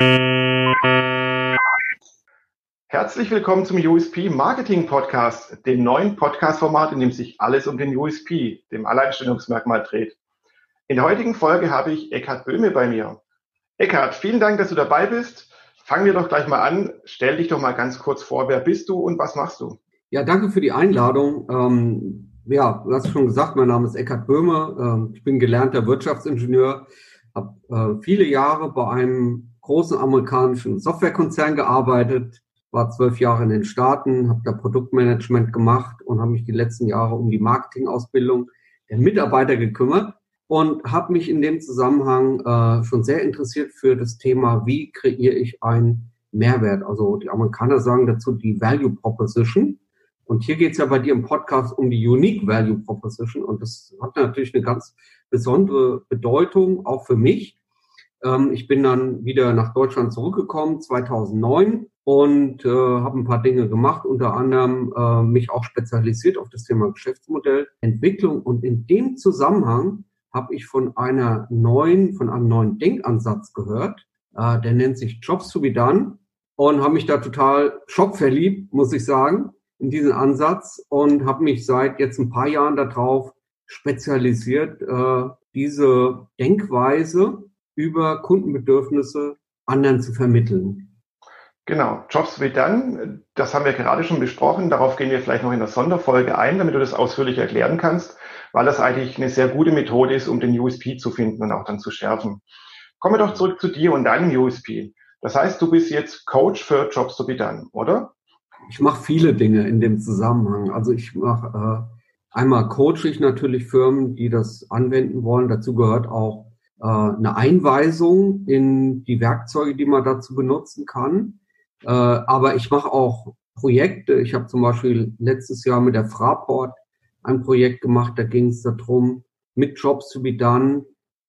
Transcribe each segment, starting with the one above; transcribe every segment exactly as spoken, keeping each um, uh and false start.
Herzlich willkommen zum U S P Marketing Podcast, dem neuen Podcast-Format, in dem sich alles um den U S P, dem Alleinstellungsmerkmal, dreht. In der heutigen Folge habe ich Eckhard Böhme bei mir. Eckhard, vielen Dank, dass du dabei bist. Fangen wir doch gleich mal an. Stell dich doch mal ganz kurz vor. Wer bist du und was machst du? Ja, danke für die Einladung. Ähm, ja, du hast schon gesagt, mein Name ist Eckhard Böhme. Ähm, ich bin gelernter Wirtschaftsingenieur, habe äh, viele Jahre bei einem großen amerikanischen Softwarekonzern gearbeitet, war zwölf Jahre in den Staaten, habe da Produktmanagement gemacht und habe mich die letzten Jahre um die Marketingausbildung der Mitarbeiter gekümmert und habe mich in dem Zusammenhang äh, schon sehr interessiert für das Thema, wie kreiere ich einen Mehrwert. Also die Amerikaner sagen dazu die Value Proposition. Und hier geht es ja bei dir im Podcast um die Unique Value Proposition. Und das hat natürlich eine ganz besondere Bedeutung, auch für mich. Ähm, ich bin dann wieder nach Deutschland zurückgekommen, zweitausendneun, und äh, habe ein paar Dinge gemacht, unter anderem äh, mich auch spezialisiert auf das Thema Geschäftsmodellentwicklung. Und in dem Zusammenhang habe ich von einer neuen, von einem neuen Denkansatz gehört. Äh, der nennt sich Jobs to be done, und habe mich da total schockverliebt, muss ich sagen, in diesen Ansatz, und habe mich seit jetzt ein paar Jahren darauf spezialisiert, äh, diese Denkweise über Kundenbedürfnisse anderen zu vermitteln. Genau, Jobs to be done, das haben wir gerade schon besprochen. Darauf gehen wir vielleicht noch in der Sonderfolge ein, damit du das ausführlich erklären kannst, weil das eigentlich eine sehr gute Methode ist, um den U S P zu finden und auch dann zu schärfen. Kommen wir doch zurück zu dir und deinem U S P. Das heißt, du bist jetzt Coach für Jobs to be done, oder? Ich mache viele Dinge in dem Zusammenhang. Also ich mache äh, einmal coache ich natürlich Firmen, die das anwenden wollen. Dazu gehört auch äh, eine Einweisung in die Werkzeuge, die man dazu benutzen kann. Äh, aber ich mache auch Projekte. Ich habe zum Beispiel letztes Jahr mit der Fraport ein Projekt gemacht. Da ging es darum, mit Jobs to be done,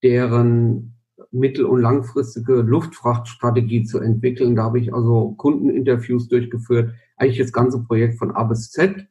deren mittel- und langfristige Luftfrachtstrategie zu entwickeln. Da habe ich also Kundeninterviews durchgeführt, eigentlich das ganze Projekt von A bis Z,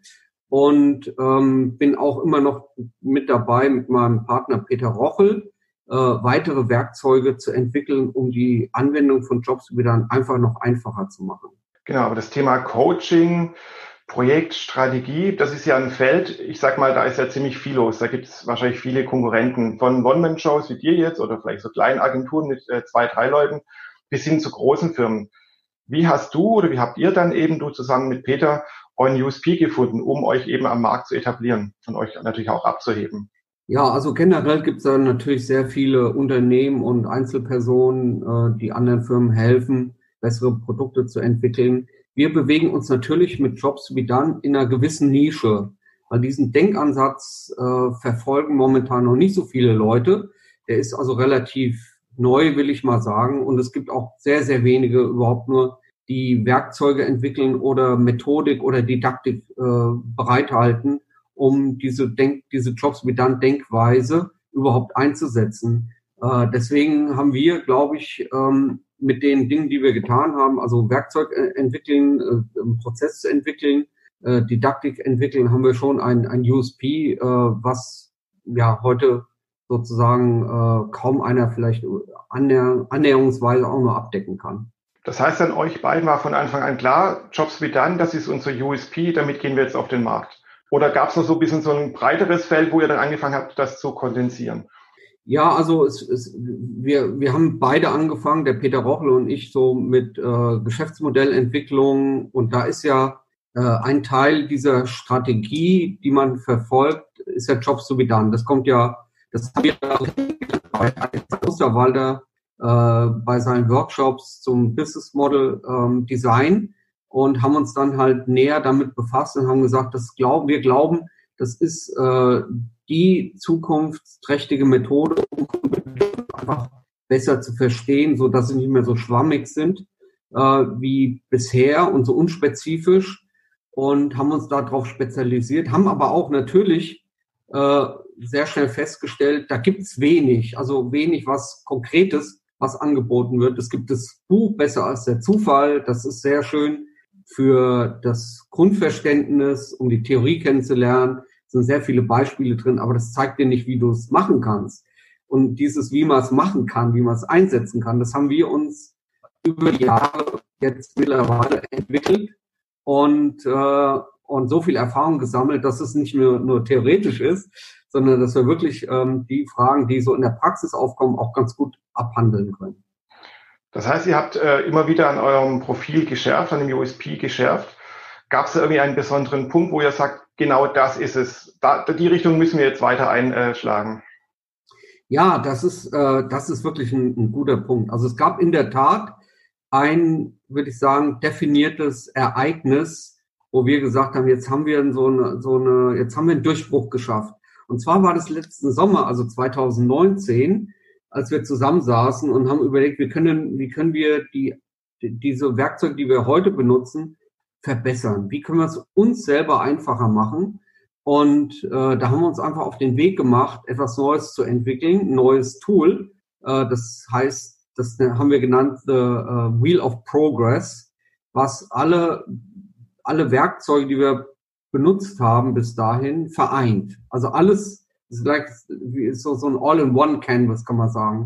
und ähm, bin auch immer noch mit dabei, mit meinem Partner Peter Rochel, äh, weitere Werkzeuge zu entwickeln, um die Anwendung von Jobs to be done einfach noch einfacher zu machen. Genau, aber das Thema Coaching, Projektstrategie, das ist ja ein Feld, ich sag mal, da ist ja ziemlich viel los. Da gibt es wahrscheinlich viele Konkurrenten, von One-Man-Shows wie dir jetzt oder vielleicht so kleinen Agenturen mit äh, zwei, drei Leuten bis hin zu großen Firmen. Wie hast du oder wie habt ihr dann eben, du zusammen mit Peter, euren U S P gefunden, um euch eben am Markt zu etablieren und euch natürlich auch abzuheben? Ja, also generell gibt es da natürlich sehr viele Unternehmen und Einzelpersonen, äh, die anderen Firmen helfen, bessere Produkte zu entwickeln. Wir bewegen uns natürlich mit Jobs to be done in einer gewissen Nische, weil diesen Denkansatz äh, verfolgen momentan noch nicht so viele Leute. Der ist also relativ neu, will ich mal sagen. Und es gibt auch sehr, sehr wenige überhaupt nur, die Werkzeuge entwickeln oder Methodik oder Didaktik äh, bereithalten, um diese Denk, diese Jobs to be done Denkweise überhaupt einzusetzen. Äh, deswegen haben wir, glaube ich, ähm, mit den Dingen, die wir getan haben, also Werkzeug entwickeln, äh, Prozess zu entwickeln, äh, Didaktik entwickeln, haben wir schon ein, ein U S P, äh, was ja heute sozusagen äh, kaum einer vielleicht annäher, annäherungsweise auch nur abdecken kann. Das heißt dann, euch beiden war von Anfang an klar, Jobs to be done, das ist unser U S P, damit gehen wir jetzt auf den Markt. Oder gab es noch so ein bisschen so ein breiteres Feld, wo ihr dann angefangen habt, das zu kondensieren? Ja, also es, es, wir, wir haben beide angefangen, der Peter Rochel und ich, so mit äh, Geschäftsmodellentwicklung. Und da ist ja äh, ein Teil dieser Strategie, die man verfolgt, ist ja Jobs to be done. Das kommt ja, das haben wir bei Osterwalder äh, bei seinen Workshops zum Business Model ähm, Design, und haben uns dann halt näher damit befasst und haben gesagt, das glauben, wir glauben, das ist äh, die zukunftsträchtige Methode, um einfach besser zu verstehen, so dass sie nicht mehr so schwammig sind äh, wie bisher und so unspezifisch, und haben uns darauf spezialisiert, haben aber auch natürlich äh, sehr schnell festgestellt, da gibt's wenig, also wenig was Konkretes, was angeboten wird. Es gibt das Buch Besser als der Zufall, das ist sehr schön für das Grundverständnis, um die Theorie kennenzulernen. Es sind sehr viele Beispiele drin, aber das zeigt dir nicht, wie du es machen kannst. Und dieses, wie man es machen kann, wie man es einsetzen kann, das haben wir uns über die Jahre jetzt mittlerweile entwickelt und, äh, und so viel Erfahrung gesammelt, dass es nicht nur, nur theoretisch ist, sondern dass wir wirklich ähm, die Fragen, die so in der Praxis aufkommen, auch ganz gut abhandeln können. Das heißt, ihr habt äh, immer wieder an eurem Profil geschärft, an dem U S P geschärft. Gab es da irgendwie einen besonderen Punkt, wo ihr sagt, genau das ist es, da, die Richtung müssen wir jetzt weiter einschlagen? Ja, das ist, äh, das ist wirklich ein, ein guter Punkt. Also es gab in der Tat ein, würde ich sagen, definiertes Ereignis, wo wir gesagt haben, jetzt haben wir so eine, so eine, jetzt haben wir einen Durchbruch geschafft. Und zwar war das letzten Sommer, also zwanzig neunzehn, als wir zusammensaßen und haben überlegt, wie können, wie können wir die, die diese Werkzeuge, die wir heute benutzen, verbessern? Wie können wir es uns selber einfacher machen? Und äh, da haben wir uns einfach auf den Weg gemacht, etwas Neues zu entwickeln, ein neues Tool. Äh, das heißt, das haben wir genannt the uh, Wheel of Progress, was alle alle Werkzeuge, die wir benutzt haben bis dahin, vereint. Also alles ist gleich so so ein All-in-One-Canvas, kann man sagen.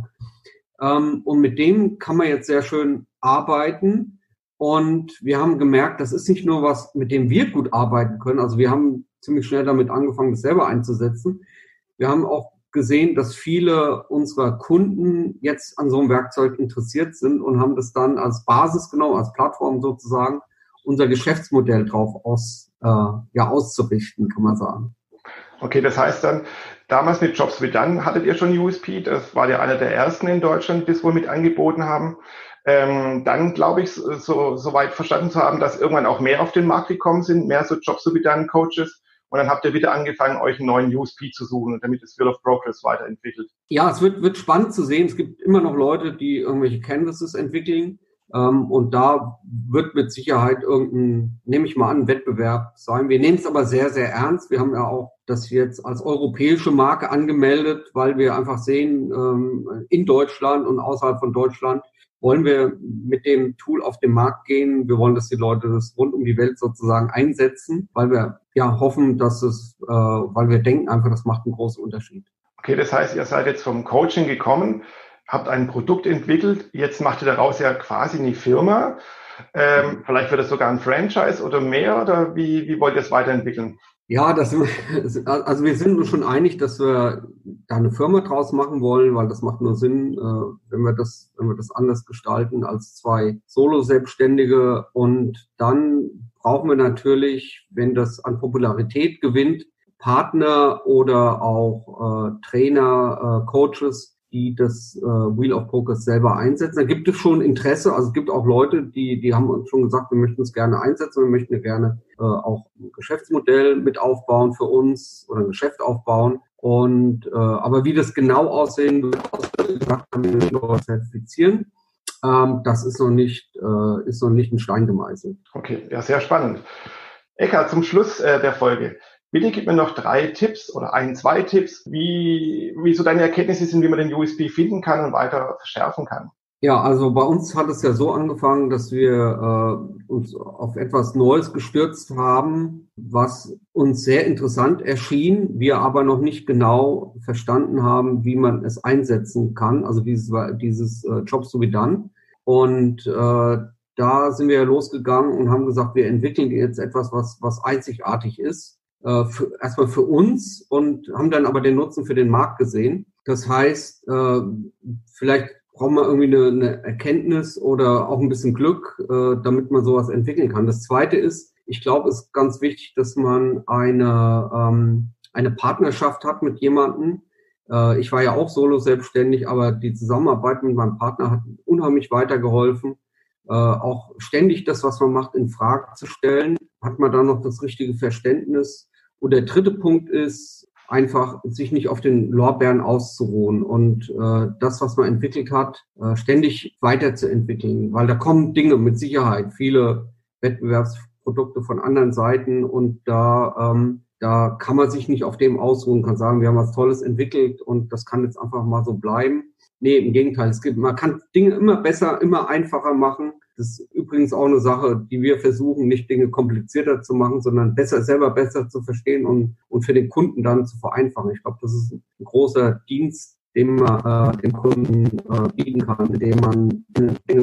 Ähm, und mit dem kann man jetzt sehr schön arbeiten. Und wir haben gemerkt, das ist nicht nur was, mit dem wir gut arbeiten können. Also wir haben ziemlich schnell damit angefangen, das selber einzusetzen. Wir haben auch gesehen, dass viele unserer Kunden jetzt an so einem Werkzeug interessiert sind und haben das dann als Basis genommen, als Plattform sozusagen, unser Geschäftsmodell drauf aus, äh, ja, auszurichten, kann man sagen. Okay, das heißt dann, damals mit Jobs wie dann hattet ihr schon U S P, das war ja einer der ersten in Deutschland, die das wohl mit angeboten haben. Ähm, dann glaube ich, so, so weit verstanden zu haben, dass irgendwann auch mehr auf den Markt gekommen sind, mehr so Jobs wie dann Coaches. Und dann habt ihr wieder angefangen, euch einen neuen U S P zu suchen und damit das Wheel of Progress weiterentwickelt. Ja, es wird, wird spannend zu sehen. Es gibt immer noch Leute, die irgendwelche Canvases entwickeln. Ähm, und da wird mit Sicherheit irgendein, nehme ich mal an, Wettbewerb sein. Wir nehmen es aber sehr, sehr ernst. Wir haben ja auch das jetzt als europäische Marke angemeldet, weil wir einfach sehen, ähm, in Deutschland und außerhalb von Deutschland wollen wir mit dem Tool auf den Markt gehen. Wir wollen, dass die Leute das rund um die Welt sozusagen einsetzen, weil wir ja hoffen, dass es, äh, weil wir denken einfach, das macht einen großen Unterschied. Okay, das heißt, ihr seid jetzt vom Coaching gekommen, habt ein Produkt entwickelt, jetzt macht ihr daraus ja quasi eine Firma. Ähm, vielleicht wird es sogar ein Franchise oder mehr, oder wie, wie wollt ihr es weiterentwickeln? Ja, das, also wir sind uns schon einig, dass wir da eine Firma draus machen wollen, weil das macht nur Sinn, wenn wir das, wenn wir das anders gestalten als zwei Solo-Selbstständige. Und dann brauchen wir natürlich, wenn das an Popularität gewinnt, Partner oder auch äh, Trainer, äh, Coaches, die das äh, Wheel of Progress selber einsetzen. Da gibt es schon Interesse, also es gibt auch Leute, die die haben uns schon gesagt, wir möchten es gerne einsetzen, wir möchten gerne äh, auch ein Geschäftsmodell mit aufbauen für uns oder ein Geschäft aufbauen. Und äh, aber wie das genau aussehen wird, haben wir noch zertifizieren. Ähm, das ist noch nicht äh, ist noch nicht in Stein gemeißelt. Okay, ja, sehr spannend. Eckhard, zum Schluss äh, der Folge. Bitte gib mir noch drei Tipps oder ein, zwei Tipps, wie, wie so deine Erkenntnisse sind, wie man den U S P finden kann und weiter verschärfen kann. Ja, also bei uns hat es ja so angefangen, dass wir äh, uns auf etwas Neues gestürzt haben, was uns sehr interessant erschien, wir aber noch nicht genau verstanden haben, wie man es einsetzen kann, also dieses, dieses äh, Jobs to be done. Und äh, da sind wir losgegangen und haben gesagt, wir entwickeln jetzt etwas, was, was einzigartig ist. Für, erstmal für uns und haben dann aber den Nutzen für den Markt gesehen. Das heißt, äh, vielleicht braucht man irgendwie eine, eine Erkenntnis oder auch ein bisschen Glück, äh, damit man sowas entwickeln kann. Das Zweite ist, ich glaube, es ist ganz wichtig, dass man eine, ähm, eine Partnerschaft hat mit jemandem. Äh, ich war ja auch solo selbstständig, aber die Zusammenarbeit mit meinem Partner hat unheimlich weitergeholfen. Äh, auch ständig das, was man macht, in Frage zu stellen. Hat man da noch das richtige Verständnis? Und der dritte Punkt ist, einfach sich nicht auf den Lorbeeren auszuruhen und äh, das, was man entwickelt hat, äh, ständig weiterzuentwickeln. Weil da kommen Dinge mit Sicherheit, viele Wettbewerbsprodukte von anderen Seiten und da ähm, da kann man sich nicht auf dem ausruhen, kann sagen, wir haben was Tolles entwickelt und das kann jetzt einfach mal so bleiben. Nee, im Gegenteil, es gibt, man kann Dinge immer besser, immer einfacher machen. Das ist übrigens auch eine Sache, die wir versuchen, nicht Dinge komplizierter zu machen, sondern besser, selber besser zu verstehen und, und für den Kunden dann zu vereinfachen. Ich glaube, das ist ein großer Dienst, den man äh, dem Kunden äh, bieten kann, indem man Dinge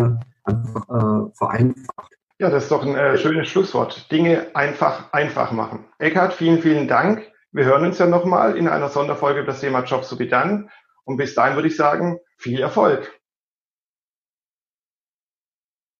einfach äh, vereinfacht. Ja, das ist doch ein äh, schönes Schlusswort. Dinge einfach, einfach machen. Eckhard, vielen, vielen Dank. Wir hören uns ja nochmal in einer Sonderfolge über das Thema Jobs so wie dann. Und bis dahin würde ich sagen, viel Erfolg.